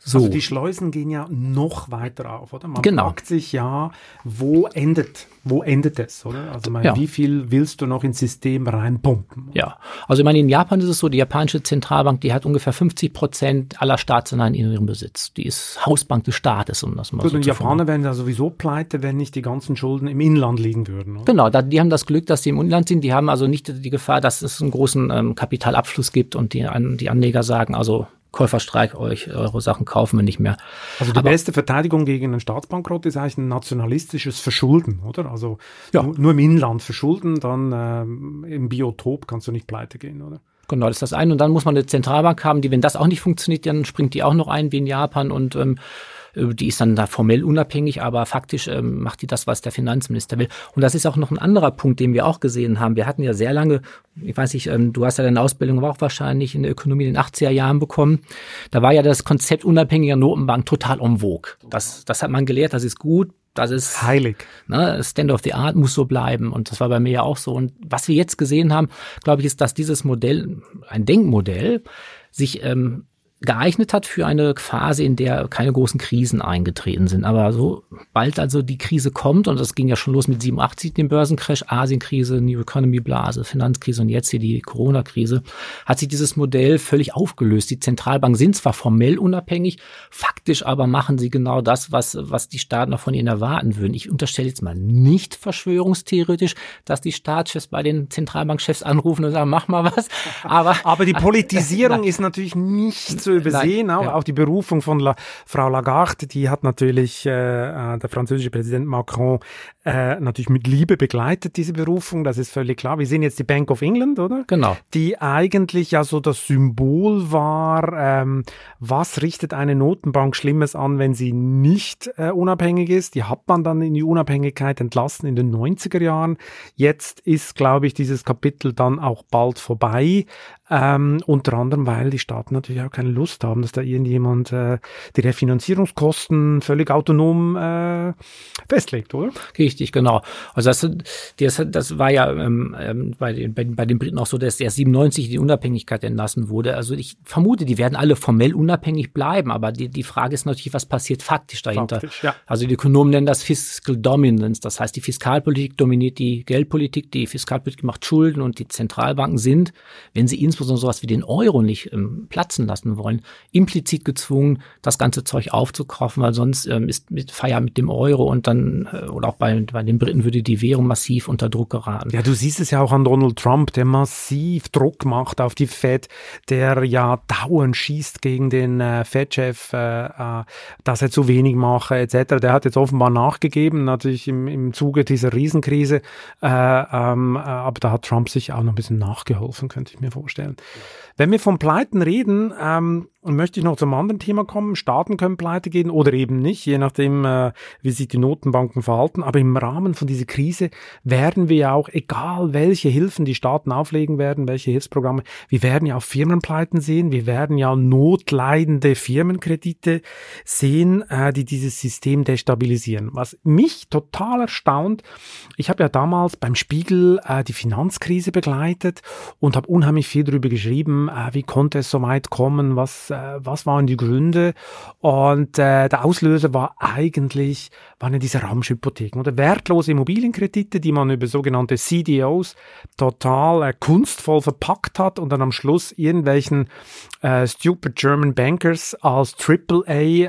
So. Also die Schleusen gehen ja noch weiter auf, oder? Man genau. fragt sich ja, wo endet, wo endet es, oder? Also meine, ja. wie viel willst du noch ins System reinpumpen? Ja, also ich meine, in Japan ist es so, die japanische Zentralbank, die hat ungefähr fünfzig Prozent aller Staatsanleihen in ihrem Besitz. Die ist Hausbank des Staates, um das mal Gut, so und zu Japaner wären ja sowieso pleite, wenn nicht die ganzen Schulden im Inland liegen würden, oder? Genau, da, die haben das Glück, dass sie im Inland sind. Die haben also nicht die Gefahr, dass es einen großen ähm, Kapitalabfluss gibt und die, an, die Anleger sagen, also Käuferstreik, euch, eure Sachen kaufen wir nicht mehr. Also die Aber, beste Verteidigung gegen einen Staatsbankrott ist eigentlich ein nationalistisches Verschulden, oder? Also ja. nur, nur im Inland verschulden, dann ähm, im Biotop kannst du nicht pleite gehen, oder? Genau, das ist das eine. Und dann muss man eine Zentralbank haben, die, wenn das auch nicht funktioniert, dann springt die auch noch ein, wie in Japan. Und ähm, die ist dann da formell unabhängig, aber faktisch ähm, macht die das, was der Finanzminister will. Und das ist auch noch ein anderer Punkt, den wir auch gesehen haben. Wir hatten ja sehr lange, ich weiß nicht, ähm, du hast ja deine Ausbildung auch wahrscheinlich in der Ökonomie in den achtziger Jahren bekommen. Da war ja das Konzept unabhängiger Notenbank total en vogue. Das, das hat man gelehrt, das ist gut. Das ist heilig. Ne, Stand of the Art muss so bleiben. Und das war bei mir ja auch so. Und was wir jetzt gesehen haben, glaube ich, ist, dass dieses Modell, ein Denkmodell, sich ähm, geeignet hat für eine Phase, in der keine großen Krisen eingetreten sind. Aber so bald also die Krise kommt, und das ging ja schon los mit siebenundachtzig, dem Börsencrash, Asienkrise, New Economy Blase, Finanzkrise und jetzt hier die Corona-Krise, hat sich dieses Modell völlig aufgelöst. Die Zentralbanken sind zwar formell unabhängig, faktisch aber machen sie genau das, was, was die Staaten auch von ihnen erwarten würden. Ich unterstelle jetzt mal nicht verschwörungstheoretisch, dass die Staatschefs bei den Zentralbankchefs anrufen und sagen, mach mal was. Aber, aber die Politisierung ist natürlich nicht so übersehen. Nein, auch, ja. auch die Berufung von La, Frau Lagarde, die hat natürlich äh, der französische Präsident Macron äh, natürlich mit Liebe begleitet, diese Berufung. Das ist völlig klar. Wir sehen jetzt die Bank of England, oder? Genau. Die eigentlich ja so das Symbol war, ähm, was richtet eine Notenbank Schlimmes an, wenn sie nicht äh, unabhängig ist. Die hat man dann in die Unabhängigkeit entlassen in den neunziger Jahren. Jetzt ist, glaube ich, dieses Kapitel dann auch bald vorbei. Ähm, unter anderem, weil die Staaten natürlich auch keine Lust haben, dass da irgendjemand äh, die Refinanzierungskosten völlig autonom äh, festlegt, oder? Richtig, genau. Also das, das, das war ja ähm, bei, den, bei, bei den Briten auch so, dass erst siebenundneunzig die Unabhängigkeit entlassen wurde. Also ich vermute, die werden alle formell unabhängig bleiben, aber die, die Frage ist natürlich, was passiert faktisch dahinter? Faktisch, ja. Also die Ökonomen nennen das Fiscal Dominance, das heißt, die Fiskalpolitik dominiert die Geldpolitik, die Fiskalpolitik macht Schulden und die Zentralbanken sind, wenn sie insbesondere sowas wie den Euro nicht ähm, platzen lassen wollen, implizit gezwungen, das ganze Zeug aufzukaufen, weil sonst ähm, ist mit Feier mit dem Euro und dann, äh, oder auch bei, bei den Briten würde die Währung massiv unter Druck geraten. Ja, du siehst es ja auch an Donald Trump, der massiv Druck macht auf die Fed, der ja dauernd schießt gegen den äh, Fed-Chef, äh, äh, dass er zu wenig mache, et cetera. Der hat jetzt offenbar nachgegeben, natürlich im, im Zuge dieser Riesenkrise, äh, ähm, äh, aber da hat Trump sich auch noch ein bisschen nachgeholfen, könnte ich mir vorstellen. Wenn wir von Pleiten reden, ähm, möchte ich noch zum anderen Thema kommen. Staaten können pleite gehen oder eben nicht, je nachdem, äh, wie sich die Notenbanken verhalten. Aber im Rahmen von dieser Krise werden wir ja auch, egal welche Hilfen die Staaten auflegen werden, welche Hilfsprogramme, wir werden ja auch Firmenpleiten sehen. Wir werden ja notleidende Firmenkredite sehen, äh, die dieses System destabilisieren. Was mich total erstaunt, ich habe ja damals beim Spiegel äh, die Finanzkrise begleitet und habe unheimlich viel darüber geschrieben, äh, wie konnte es so weit kommen, was was waren die Gründe, und äh, der Auslöser war eigentlich, waren ja diese Ramschhypotheken oder wertlose Immobilienkredite, die man über sogenannte C D Os total äh, kunstvoll verpackt hat und dann am Schluss irgendwelchen äh, stupid German Bankers als Triple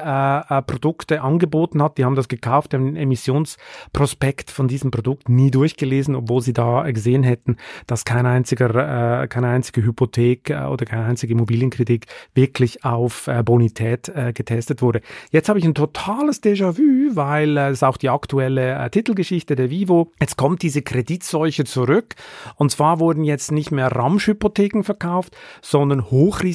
A äh, äh, Produkte angeboten hat. Die haben das gekauft, haben den Emissionsprospekt von diesem Produkt nie durchgelesen, obwohl sie da gesehen hätten, dass kein einziger, äh, keine einzige Hypothek äh, oder kein einziger Immobilienkredit wirklich auf äh, Bonität äh, getestet wurde. Jetzt habe ich ein totales Déjà-vu, weil äh, es ist auch die aktuelle äh, Titelgeschichte der Vivo. Jetzt kommt diese Kreditseuche zurück, und zwar wurden jetzt nicht mehr Ramschhypotheken verkauft, sondern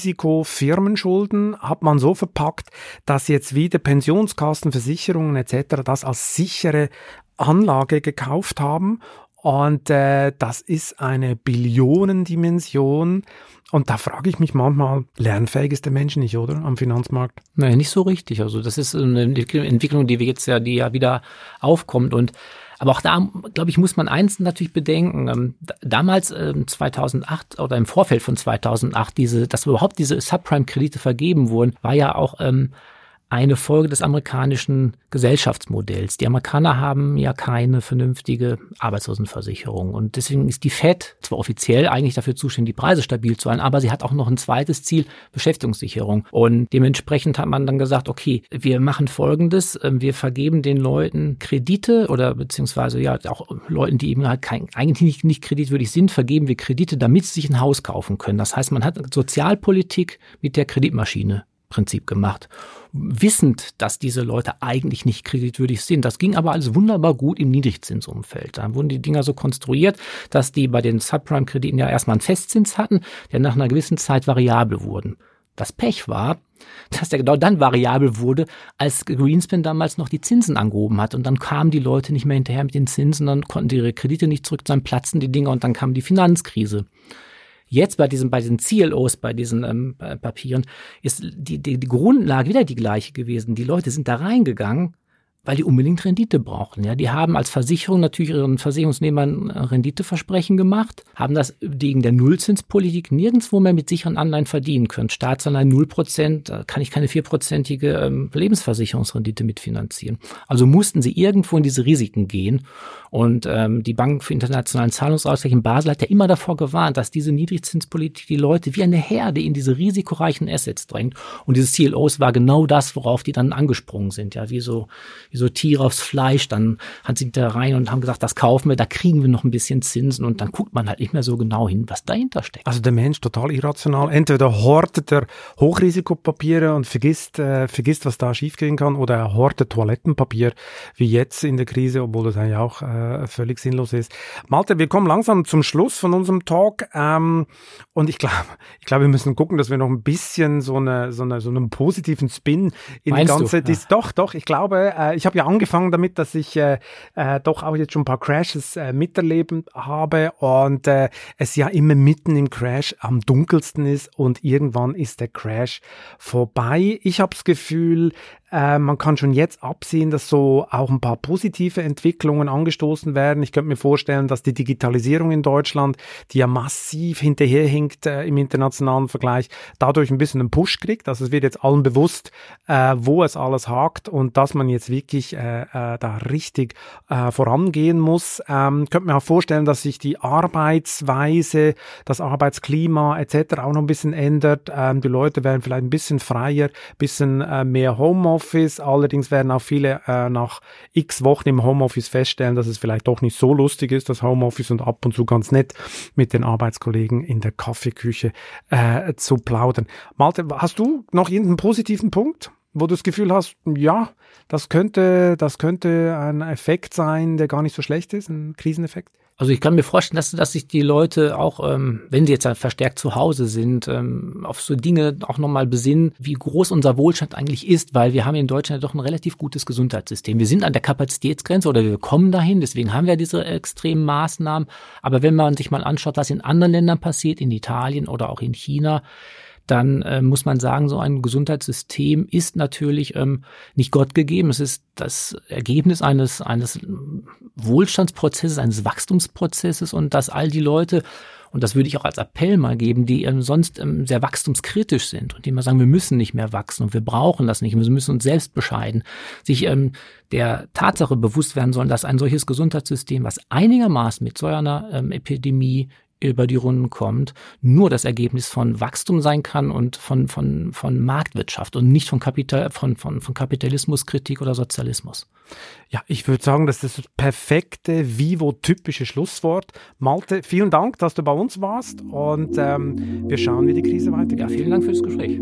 Hochrisiko-Firmenschulden hat man so verpackt, dass jetzt wieder Pensionskassen, Versicherungen et cetera das als sichere Anlage gekauft haben. Und äh, das ist eine Billionendimension. Und da frage ich mich manchmal, lernfähig ist der Mensch nicht, oder? Am Finanzmarkt? Naja, nicht so richtig. Also das ist eine Entwicklung, die wir jetzt ja, die ja wieder aufkommt. Und aber auch da, glaube ich, muss man eins natürlich bedenken. Ähm, damals, ähm, zweitausendacht oder im Vorfeld von zweitausendacht, diese, dass überhaupt diese Subprime-Kredite vergeben wurden, war ja auch ähm, eine Folge des amerikanischen Gesellschaftsmodells. Die Amerikaner haben ja keine vernünftige Arbeitslosenversicherung und deswegen ist die Fed zwar offiziell eigentlich dafür zuständig, die Preise stabil zu halten, aber sie hat auch noch ein zweites Ziel, Beschäftigungssicherung. Und dementsprechend hat man dann gesagt, okay, wir machen Folgendes, wir vergeben den Leuten Kredite oder beziehungsweise ja auch Leuten, die eben halt kein, eigentlich nicht, nicht kreditwürdig sind, vergeben wir Kredite, damit sie sich ein Haus kaufen können. Das heißt, man hat Sozialpolitik mit der Kreditmaschine Prinzip gemacht, wissend, dass diese Leute eigentlich nicht kreditwürdig sind. Das ging aber alles wunderbar gut im Niedrigzinsumfeld. Da wurden die Dinger so konstruiert, dass die bei den Subprime-Krediten ja erstmal einen Festzins hatten, der nach einer gewissen Zeit variabel wurden. Das Pech war, dass der genau dann variabel wurde, als Greenspan damals noch die Zinsen angehoben hat. Und dann kamen die Leute nicht mehr hinterher mit den Zinsen, dann konnten die ihre Kredite nicht zurückzahlen, platzten die Dinger und dann kam die Finanzkrise. Jetzt bei diesen, bei diesen C L Os, bei diesen ähm, Papieren, ist die, die, die Grundlage wieder die gleiche gewesen. Die Leute sind da reingegangen, weil die unbedingt Rendite brauchen. Ja, die haben als Versicherung natürlich ihren Versicherungsnehmern Renditeversprechen gemacht, haben das wegen der Nullzinspolitik nirgendwo mehr mit sicheren Anleihen verdienen können. Staatsanleihen null Prozent, da kann ich keine vierprozentige ähm, Lebensversicherungsrendite mitfinanzieren. Also mussten sie irgendwo in diese Risiken gehen. Und ähm, die Bank für internationalen Zahlungsausgleich in Basel hat ja immer davor gewarnt, dass diese Niedrigzinspolitik die Leute wie eine Herde in diese risikoreichen Assets drängt. Und diese C L Os war genau das, worauf die dann angesprungen sind. Ja, wie so, wie so Tiere aufs Fleisch. Dann hat sie da rein und haben gesagt, das kaufen wir, da kriegen wir noch ein bisschen Zinsen. Und dann guckt man halt nicht mehr so genau hin, was dahinter steckt. Also der Mensch total irrational. Entweder hortet er Hochrisikopapiere und vergisst, äh, vergisst, was da schiefgehen kann, oder er hortet Toilettenpapier, wie jetzt in der Krise, obwohl das eigentlich auch äh, völlig sinnlos ist. Malte, wir kommen langsam zum Schluss von unserem Talk ähm, und ich glaube, ich glaube, wir müssen gucken, dass wir noch ein bisschen so eine so eine so einen positiven Spin in Meinst die ganze. du? Ja. Doch, doch. Ich glaube, äh, ich habe ja angefangen damit, dass ich äh, äh, doch auch jetzt schon ein paar Crashes äh, miterleben habe und äh, es ja immer mitten im Crash am dunkelsten ist und irgendwann ist der Crash vorbei. Ich habe das Gefühl, Äh, man kann schon jetzt absehen, dass so auch ein paar positive Entwicklungen angestoßen werden. Ich könnte mir vorstellen, dass die Digitalisierung in Deutschland, die ja massiv hinterherhinkt äh, im internationalen Vergleich, dadurch ein bisschen einen Push kriegt. Also es wird jetzt allen bewusst, äh, wo es alles hakt und dass man jetzt wirklich äh, äh, da richtig äh, vorangehen muss. Ähm, ich könnte mir auch vorstellen, dass sich die Arbeitsweise, das Arbeitsklima et cetera auch noch ein bisschen ändert. Ähm, die Leute werden vielleicht ein bisschen freier, ein bisschen äh, mehr Homeoffice. Homeoffice. Allerdings werden auch viele äh, nach x Wochen im Homeoffice feststellen, dass es vielleicht doch nicht so lustig ist, das Homeoffice, und ab und zu ganz nett mit den Arbeitskollegen in der Kaffeeküche äh, zu plaudern. Malte, hast du noch irgendeinen positiven Punkt, wo du das Gefühl hast, ja, das könnte, das könnte ein Effekt sein, der gar nicht so schlecht ist, ein Kriseneffekt? Also ich kann mir vorstellen, dass, dass sich die Leute auch, ähm, wenn sie jetzt halt verstärkt zu Hause sind, ähm, auf so Dinge auch nochmal besinnen, wie groß unser Wohlstand eigentlich ist, weil wir haben in Deutschland doch ein relativ gutes Gesundheitssystem. Wir sind an der Kapazitätsgrenze oder wir kommen dahin, deswegen haben wir diese extremen Maßnahmen. Aber wenn man sich mal anschaut, was in anderen Ländern passiert, in Italien oder auch in China, dann äh, muss man sagen, so ein Gesundheitssystem ist natürlich ähm, nicht Gott gegeben. Es ist das Ergebnis eines eines Wohlstandsprozesses, eines Wachstumsprozesses, und dass all die Leute, und das würde ich auch als Appell mal geben, die ähm, sonst ähm, sehr wachstumskritisch sind und die immer sagen, wir müssen nicht mehr wachsen und wir brauchen das nicht, wir müssen uns selbst bescheiden, sich ähm, der Tatsache bewusst werden sollen, dass ein solches Gesundheitssystem, was einigermaßen mit so einer ähm, Epidemie über die Runden kommt, nur das Ergebnis von Wachstum sein kann und von von von Marktwirtschaft und nicht von Kapital von von von Kapitalismuskritik oder Sozialismus. Ja, ich würde sagen, das ist das perfekte Vivo-typische Schlusswort. Malte, vielen Dank, dass du bei uns warst, und ähm, wir schauen, wie die Krise weitergeht. Ja, vielen Dank für das Gespräch.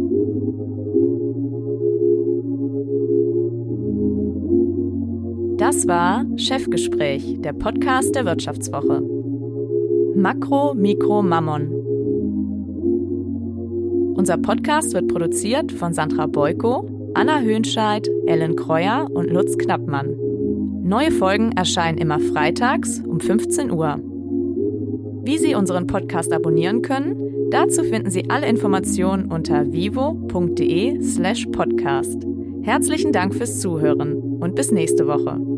Das war Chefgespräch, der Podcast der Wirtschaftswoche. Makro, Mikro, Mammon. Unser Podcast wird produziert von Sandra Beuko, Anna Höhnscheid, Ellen Kreuer und Lutz Knappmann. Neue Folgen erscheinen immer freitags um fünfzehn Uhr. Wie Sie unseren Podcast abonnieren können, dazu finden Sie alle Informationen unter vivo.de slash podcast. Herzlichen Dank fürs Zuhören und bis nächste Woche.